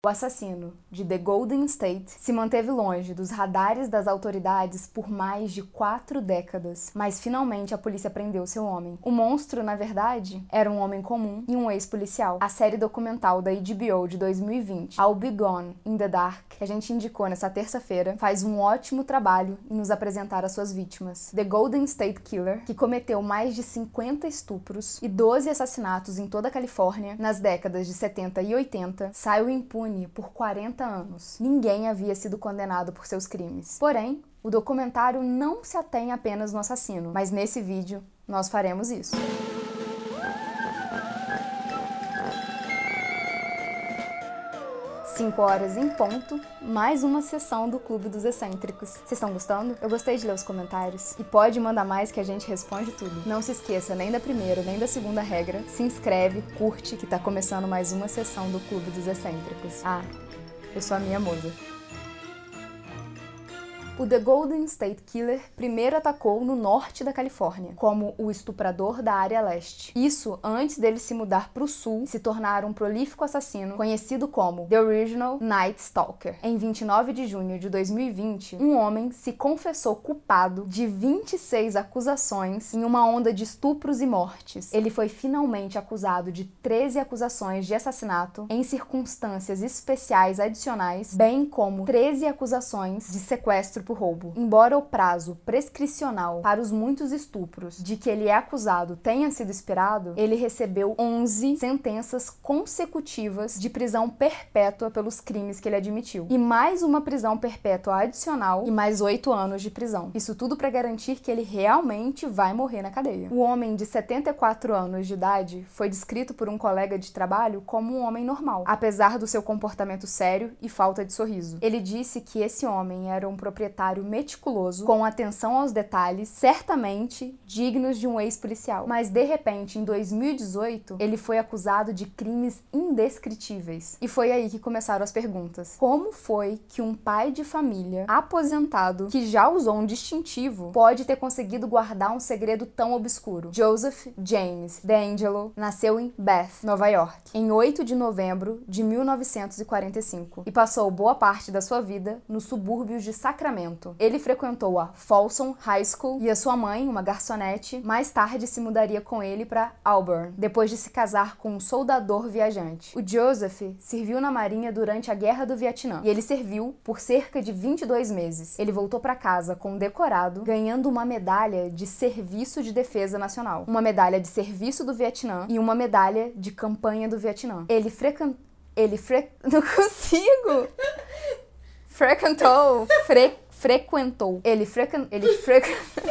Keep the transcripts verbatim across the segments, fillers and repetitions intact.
O assassino de The Golden State se manteve longe dos radares das autoridades por mais de quatro décadas, mas finalmente a polícia prendeu seu homem. O monstro, na verdade, era um homem comum e um ex-policial. A série documental da H B O de dois mil e vinte, I'll Be Gone in the Dark, que a gente indicou nessa terça-feira, faz um ótimo trabalho em nos apresentar as suas vítimas. The Golden State Killer, que cometeu mais de cinquenta estupros e doze assassinatos em toda a Califórnia nas décadas de setenta e oitenta, saiu impune por quarenta anos. Ninguém havia sido condenado por seus crimes. Porém, o documentário não se atém apenas no assassino, mas nesse vídeo nós faremos isso. cinco horas em ponto, mais uma sessão do Clube dos Excêntricos. Vocês estão gostando? Eu gostei de ler os comentários. E pode mandar mais que a gente responde tudo. Não se esqueça nem da primeira, nem da segunda regra. Se inscreve, curte, que tá começando mais uma sessão do Clube dos Excêntricos. Ah, eu sou a minha musa. O The Golden State Killer primeiro atacou no norte da Califórnia, como o estuprador da área leste. Isso antes dele se mudar para o sul e se tornar um prolífico assassino conhecido como The Original Night Stalker. Em vinte e nove de junho de dois mil e vinte, um homem se confessou culpado de vinte e seis acusações em uma onda de estupros e mortes. Ele foi finalmente acusado de treze acusações de assassinato em circunstâncias especiais adicionais, bem como treze acusações de sequestro por roubo. Embora o prazo prescricional para os muitos estupros de que ele é acusado tenha sido expirado, ele recebeu onze sentenças consecutivas de prisão perpétua pelos crimes que ele admitiu. E mais uma prisão perpétua adicional e mais oito anos de prisão. Isso tudo para garantir que ele realmente vai morrer na cadeia. O homem de setenta e quatro anos de idade foi descrito por um colega de trabalho como um homem normal, apesar do seu comportamento sério e falta de sorriso. Ele disse que esse homem era um proprietário meticuloso, com atenção aos detalhes, certamente dignos de um ex-policial. Mas, de repente, em dois mil e dezoito, ele foi acusado de crimes indescritíveis. E foi aí que começaram as perguntas. Como foi que um pai de família aposentado, que já usou um distintivo, pode ter conseguido guardar um segredo tão obscuro? Joseph James DeAngelo nasceu em Bath, Nova York, em oito de novembro de mil novecentos e quarenta e cinco e passou boa parte da sua vida nos subúrbios de Sacramento. Ele frequentou a Folsom High School e a sua mãe, uma garçonete, mais tarde se mudaria com ele para Auburn, depois de se casar com um soldador viajante. O Joseph serviu na Marinha durante a Guerra do Vietnã e ele serviu por cerca de vinte e dois meses. Ele voltou para casa com um decorado, ganhando uma medalha de Serviço de Defesa Nacional, uma medalha de Serviço do Vietnã e uma medalha de Campanha do Vietnã. Ele frequentou... Ele fre... Não consigo! Frequentou... Fre... Frequentou. Ele frequentou. Ele frequentou.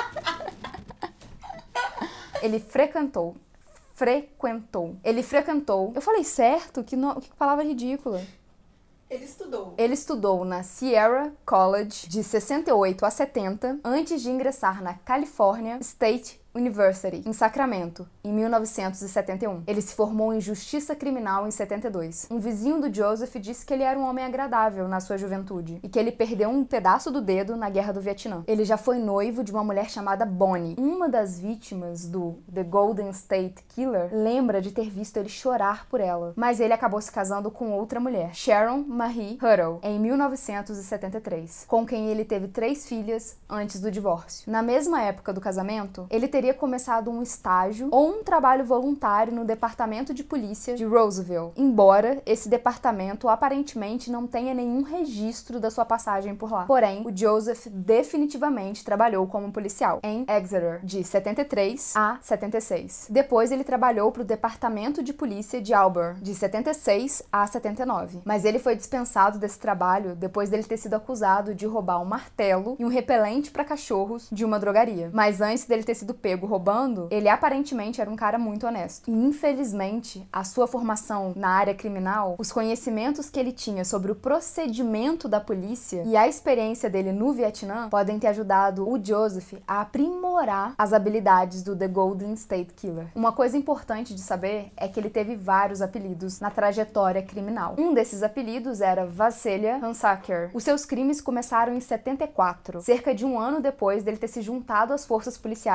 Ele frequentou. Frequentou. Ele frequentou. Eu falei certo? Que, no... que palavra ridícula. Ele estudou. Ele estudou na Sierra College de sessenta e oito a setenta, antes de ingressar na California State University, em Sacramento, em mil novecentos e setenta e um. Ele se formou em Justiça Criminal em setenta e dois. Um vizinho do Joseph disse que ele era um homem agradável na sua juventude e que ele perdeu um pedaço do dedo na Guerra do Vietnã. Ele já foi noivo de uma mulher chamada Bonnie. Uma das vítimas do The Golden State Killer lembra de ter visto ele chorar por ela, mas ele acabou se casando com outra mulher, Sharon Marie Huttle, em mil novecentos e setenta e três, com quem ele teve três filhas antes do divórcio. Na mesma época do casamento, ele teria teria começado um estágio ou um trabalho voluntário no departamento de polícia de Roseville, embora esse departamento aparentemente não tenha nenhum registro da sua passagem por lá. Porém, o Joseph definitivamente trabalhou como policial em Exeter, de setenta e três a setenta e seis. Depois ele trabalhou para o departamento de polícia de Auburn, de setenta e seis a setenta e nove. Mas ele foi dispensado desse trabalho depois dele ter sido acusado de roubar um martelo e um repelente para cachorros de uma drogaria. Mas antes dele ter sido pego roubando, ele aparentemente era um cara muito honesto. E infelizmente, a sua formação na área criminal, os conhecimentos que ele tinha sobre o procedimento da polícia e a experiência dele no Vietnã podem ter ajudado o Joseph a aprimorar as habilidades do The Golden State Killer. Uma coisa importante de saber é que ele teve vários apelidos na trajetória criminal. Um desses apelidos era Vasselya Hansaker. Os seus crimes começaram em setenta e quatro, cerca de um ano depois dele ter se juntado às forças policiais de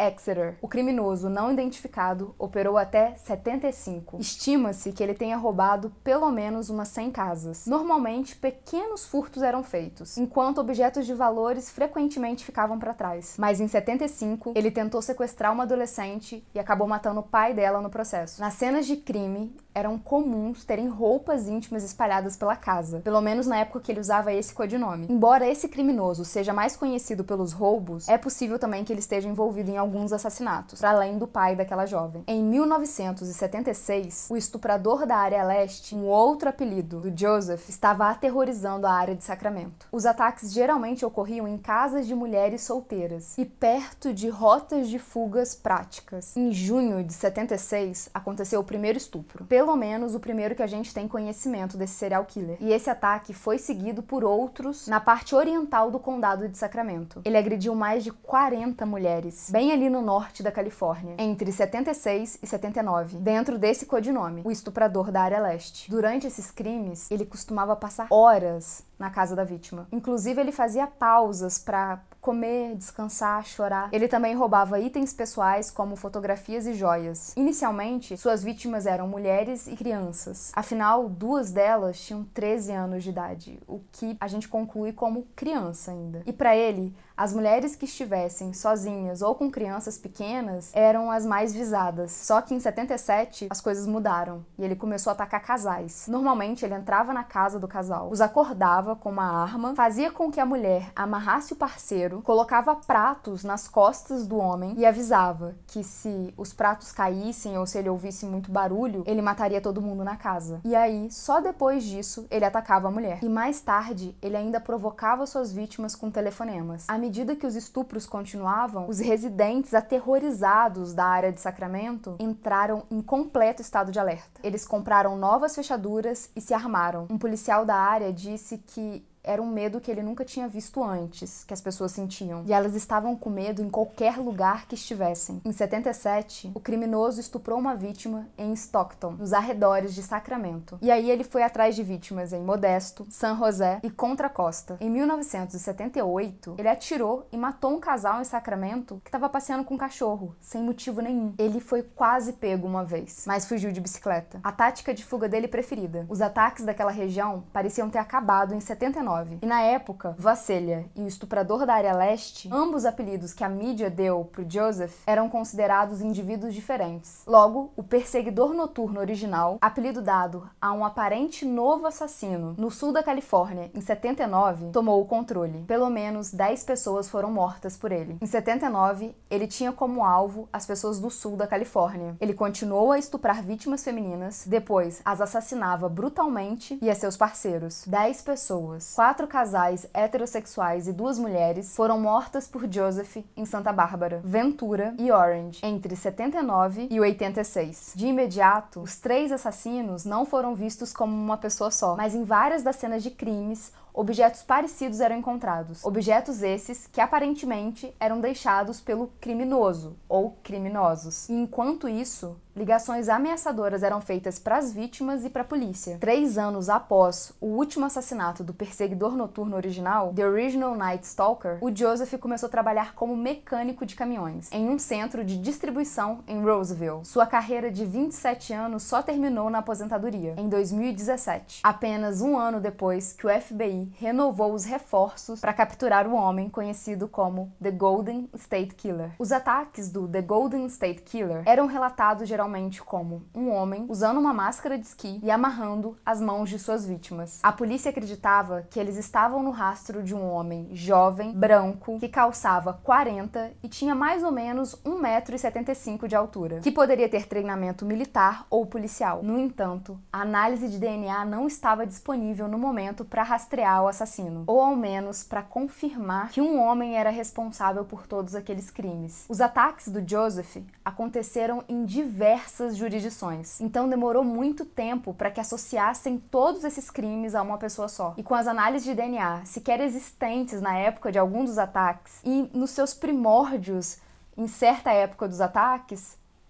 Exeter. O criminoso não identificado operou até setenta e cinco. Estima-se que ele tenha roubado pelo menos umas cem casas. Normalmente, pequenos furtos eram feitos, enquanto objetos de valores frequentemente ficavam para trás. Mas em setenta e cinco, ele tentou sequestrar uma adolescente e acabou matando o pai dela no processo. Nas cenas de crime, eram comuns terem roupas íntimas espalhadas pela casa, pelo menos na época que ele usava esse codinome. Embora esse criminoso seja mais conhecido pelos roubos, é possível também que ele esteja envolvido em alguns assassinatos, para além do pai daquela jovem. Em mil novecentos e setenta e seis, o estuprador da área leste, um outro apelido do Joseph, estava aterrorizando a área de Sacramento. Os ataques geralmente ocorriam em casas de mulheres solteiras e perto de rotas de fugas práticas. Em junho de setenta e seis, aconteceu o primeiro estupro. Pelo menos o primeiro que a gente tem conhecimento desse serial killer. E esse ataque foi seguido por outros na parte oriental do condado de Sacramento. Ele agrediu mais de quarenta mulheres, bem ali no norte da Califórnia, entre setenta e seis e setenta e nove, dentro desse codinome, o estuprador da área leste. Durante esses crimes, ele costumava passar horas na casa da vítima. Inclusive, ele fazia pausas para comer, descansar, chorar. Ele também roubava itens pessoais como fotografias e joias. Inicialmente, suas vítimas eram mulheres e crianças. Afinal, duas delas tinham treze anos de idade, o que a gente conclui como criança ainda. E para ele, as mulheres que estivessem sozinhas ou com crianças pequenas eram as mais visadas. Só que em setenta e sete, as coisas mudaram e ele começou a atacar casais. Normalmente, ele entrava na casa do casal, os acordava com uma arma, fazia com que a mulher amarrasse o parceiro, colocava pratos nas costas do homem e avisava que se os pratos caíssem ou se ele ouvisse muito barulho, ele mataria todo mundo na casa. E aí, só depois disso, ele atacava a mulher. E mais tarde, ele ainda provocava suas vítimas com telefonemas. À medida que os estupros continuavam, os residentes aterrorizados da área de Sacramento entraram em completo estado de alerta. Eles compraram novas fechaduras e se armaram. Um policial da área disse que era um medo que ele nunca tinha visto antes, que as pessoas sentiam. E elas estavam com medo em qualquer lugar que estivessem. Em setenta e sete, o criminoso estuprou uma vítima em Stockton, nos arredores de Sacramento. E aí ele foi atrás de vítimas em Modesto, San José e Contra Costa. Em mil novecentos e setenta e oito, ele atirou e matou um casal em Sacramento que estava passeando com um cachorro, sem motivo nenhum. Ele foi quase pego uma vez, mas fugiu de bicicleta. A tática de fuga dele preferida. Os ataques daquela região pareciam ter acabado em setenta e nove. E na época, Vasselha e o estuprador da área leste, ambos apelidos que a mídia deu pro Joseph, eram considerados indivíduos diferentes. Logo, o perseguidor noturno original, apelido dado a um aparente novo assassino no sul da Califórnia em setenta e nove, tomou o controle. Pelo menos dez pessoas foram mortas por ele. Em setenta e nove, ele tinha como alvo as pessoas do sul da Califórnia. Ele continuou a estuprar vítimas femininas, depois as assassinava brutalmente e a seus parceiros. dez pessoas, quatro casais heterossexuais e duas mulheres foram mortas por Joseph em Santa Bárbara, Ventura e Orange entre setenta e nove e oitenta e seis. De imediato, os três assassinos não foram vistos como uma pessoa só, mas em várias das cenas de crimes, objetos parecidos eram encontrados. Objetos esses que aparentemente eram deixados pelo criminoso ou criminosos. E enquanto isso, ligações ameaçadoras eram feitas para as vítimas e para a polícia. Três anos após o último assassinato do perseguidor noturno original, The Original Night Stalker, o Joseph começou a trabalhar como mecânico de caminhões em um centro de distribuição em Roseville. Sua carreira de vinte e sete anos só terminou na aposentadoria, em dois mil e dezessete, apenas um ano depois que o F B I renovou os reforços para capturar o homem conhecido como The Golden State Killer. Os ataques do The Golden State Killer eram relatados geralmente como um homem usando uma máscara de esqui e amarrando as mãos de suas vítimas. A polícia acreditava que eles estavam no rastro de um homem jovem, branco, que calçava quarenta e tinha mais ou menos um metro e setenta e cinco de altura, que poderia ter treinamento militar ou policial. No entanto, a análise de D N A não estava disponível no momento para rastrear o assassino, ou ao menos para confirmar que um homem era responsável por todos aqueles crimes. Os ataques do Joseph aconteceram em diversas jurisdições, então demorou muito tempo para que associassem todos esses crimes a uma pessoa só. E com as análises de D N A sequer existentes na época de algum dos ataques e nos seus primórdios em certa época dos ataques,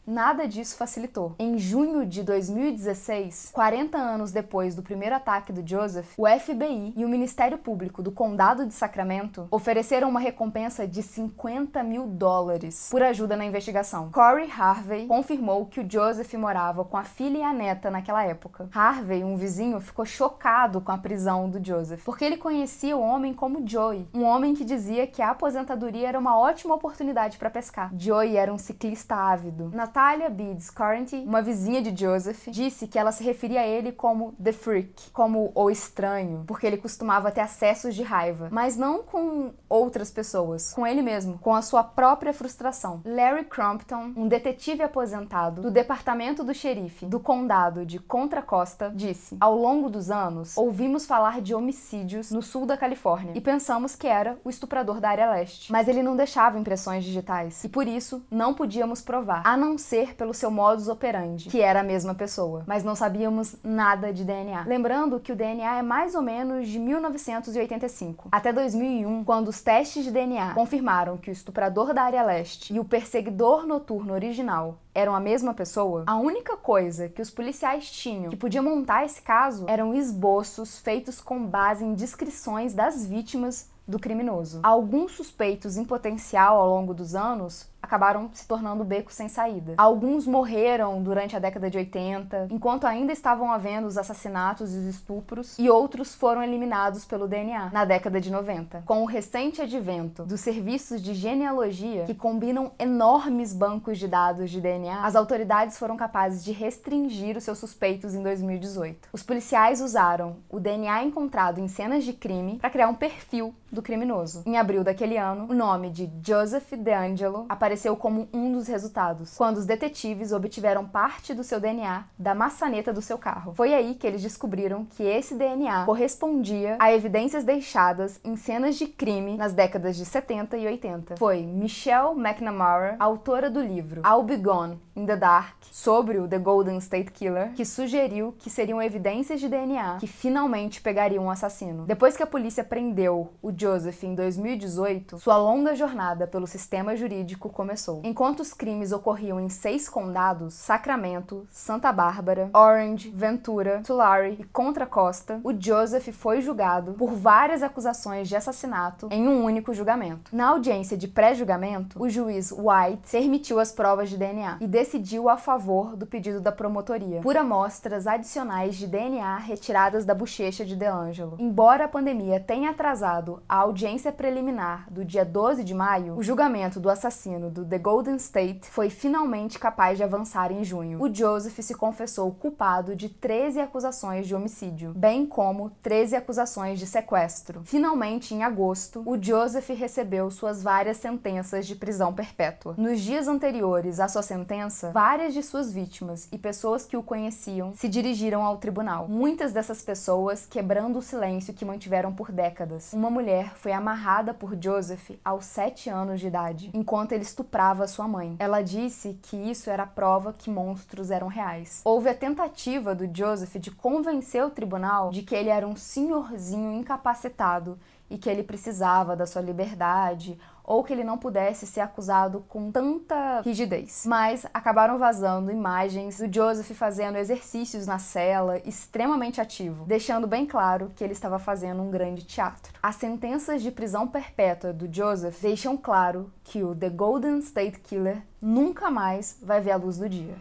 Nada disso facilitou. Em junho de dois mil e dezesseis, quarenta anos depois do primeiro ataque do Joseph, o F B I e o Ministério Público do Condado de Sacramento ofereceram uma recompensa de cinquenta mil dólares por ajuda na investigação. Corey Harvey confirmou que o Joseph morava com a filha e a neta naquela época. Harvey, um vizinho, ficou chocado com a prisão do Joseph, porque ele conhecia o homem como Joey, um homem que dizia que a aposentadoria era uma ótima oportunidade para pescar. Joey era um ciclista ávido. Natalia Beads Correnty, uma vizinha de Joseph, disse que ela se referia a ele como The Freak, como o estranho, porque ele costumava ter acessos de raiva, mas não com outras pessoas, com ele mesmo, com a sua própria frustração. Larry Crumpton, um detetive aposentado do departamento do xerife do condado de Contra Costa, disse: ao longo dos anos, ouvimos falar de homicídios no sul da Califórnia e pensamos que era o estuprador da área leste, mas ele não deixava impressões digitais e por isso não podíamos provar, a não ser pelo seu modus operandi, que era a mesma pessoa, mas não sabíamos nada de D N A. Lembrando que o D N A é mais ou menos de mil novecentos e oitenta e cinco até dois mil e um, quando os testes de D N A confirmaram que o estuprador da área leste e o perseguidor noturno original eram a mesma pessoa. A única coisa que os policiais tinham que podia montar esse caso eram esboços feitos com base em descrições das vítimas do criminoso. Alguns suspeitos em potencial ao longo dos anos acabaram se tornando beco sem saída. Alguns morreram durante a década de oitenta, enquanto ainda estavam havendo os assassinatos e os estupros, e outros foram eliminados pelo D N A na década de noventa. Com o recente advento dos serviços de genealogia, que combinam enormes bancos de dados de D N A, as autoridades foram capazes de restringir os seus suspeitos em dois mil e dezoito. Os policiais usaram o D N A encontrado em cenas de crime para criar um perfil do criminoso. Em abril daquele ano, o nome de Joseph DeAngelo apareceu como um dos resultados, quando os detetives obtiveram parte do seu D N A da maçaneta do seu carro. Foi aí que eles descobriram que esse D N A correspondia a evidências deixadas em cenas de crime nas décadas de setenta e oitenta. Foi Michelle McNamara, autora do livro I'll Be Gone in the Dark, sobre o The Golden State Killer, que sugeriu que seriam evidências de D N A que finalmente pegariam o assassino. Depois que a polícia prendeu o Joseph em dois mil e dezoito, sua longa jornada pelo sistema jurídico começou. Enquanto os crimes ocorriam em seis condados, Sacramento, Santa Bárbara, Orange, Ventura, Tulare e Contra Costa, o Joseph foi julgado por várias acusações de assassinato em um único julgamento. Na audiência de pré-julgamento, o juiz White permitiu as provas de D N A e decidiu a favor do pedido da promotoria por amostras adicionais de D N A retiradas da bochecha de DeAngelo. Embora a pandemia tenha atrasado a audiência preliminar do dia doze de maio, o julgamento do assassino do The Golden State foi finalmente capaz de avançar em junho. O Joseph se confessou culpado de treze acusações de homicídio, bem como treze acusações de sequestro. Finalmente, em agosto, o Joseph recebeu suas várias sentenças de prisão perpétua. Nos dias anteriores à sua sentença, várias de suas vítimas e pessoas que o conheciam se dirigiram ao tribunal. Muitas dessas pessoas quebrando o silêncio que mantiveram por décadas. Uma mulher foi amarrada por Joseph aos sete anos de idade, enquanto ele estuprava sua mãe. Ela disse que isso era a prova que monstros eram reais. Houve a tentativa do Joseph de convencer o tribunal de que ele era um senhorzinho incapacitado e que ele precisava da sua liberdade, ou que ele não pudesse ser acusado com tanta rigidez. Mas acabaram vazando imagens do Joseph fazendo exercícios na cela, extremamente ativo, deixando bem claro que ele estava fazendo um grande teatro. As sentenças de prisão perpétua do Joseph deixam claro que o The Golden State Killer nunca mais vai ver a luz do dia.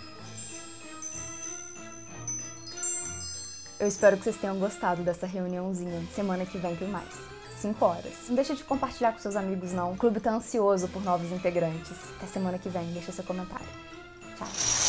Eu espero que vocês tenham gostado dessa reuniãozinha. Semana que vem tem mais. cinco horas. Não deixa de compartilhar com seus amigos, não. O clube tá ansioso por novos integrantes. Até semana que vem. Deixa seu comentário. Tchau.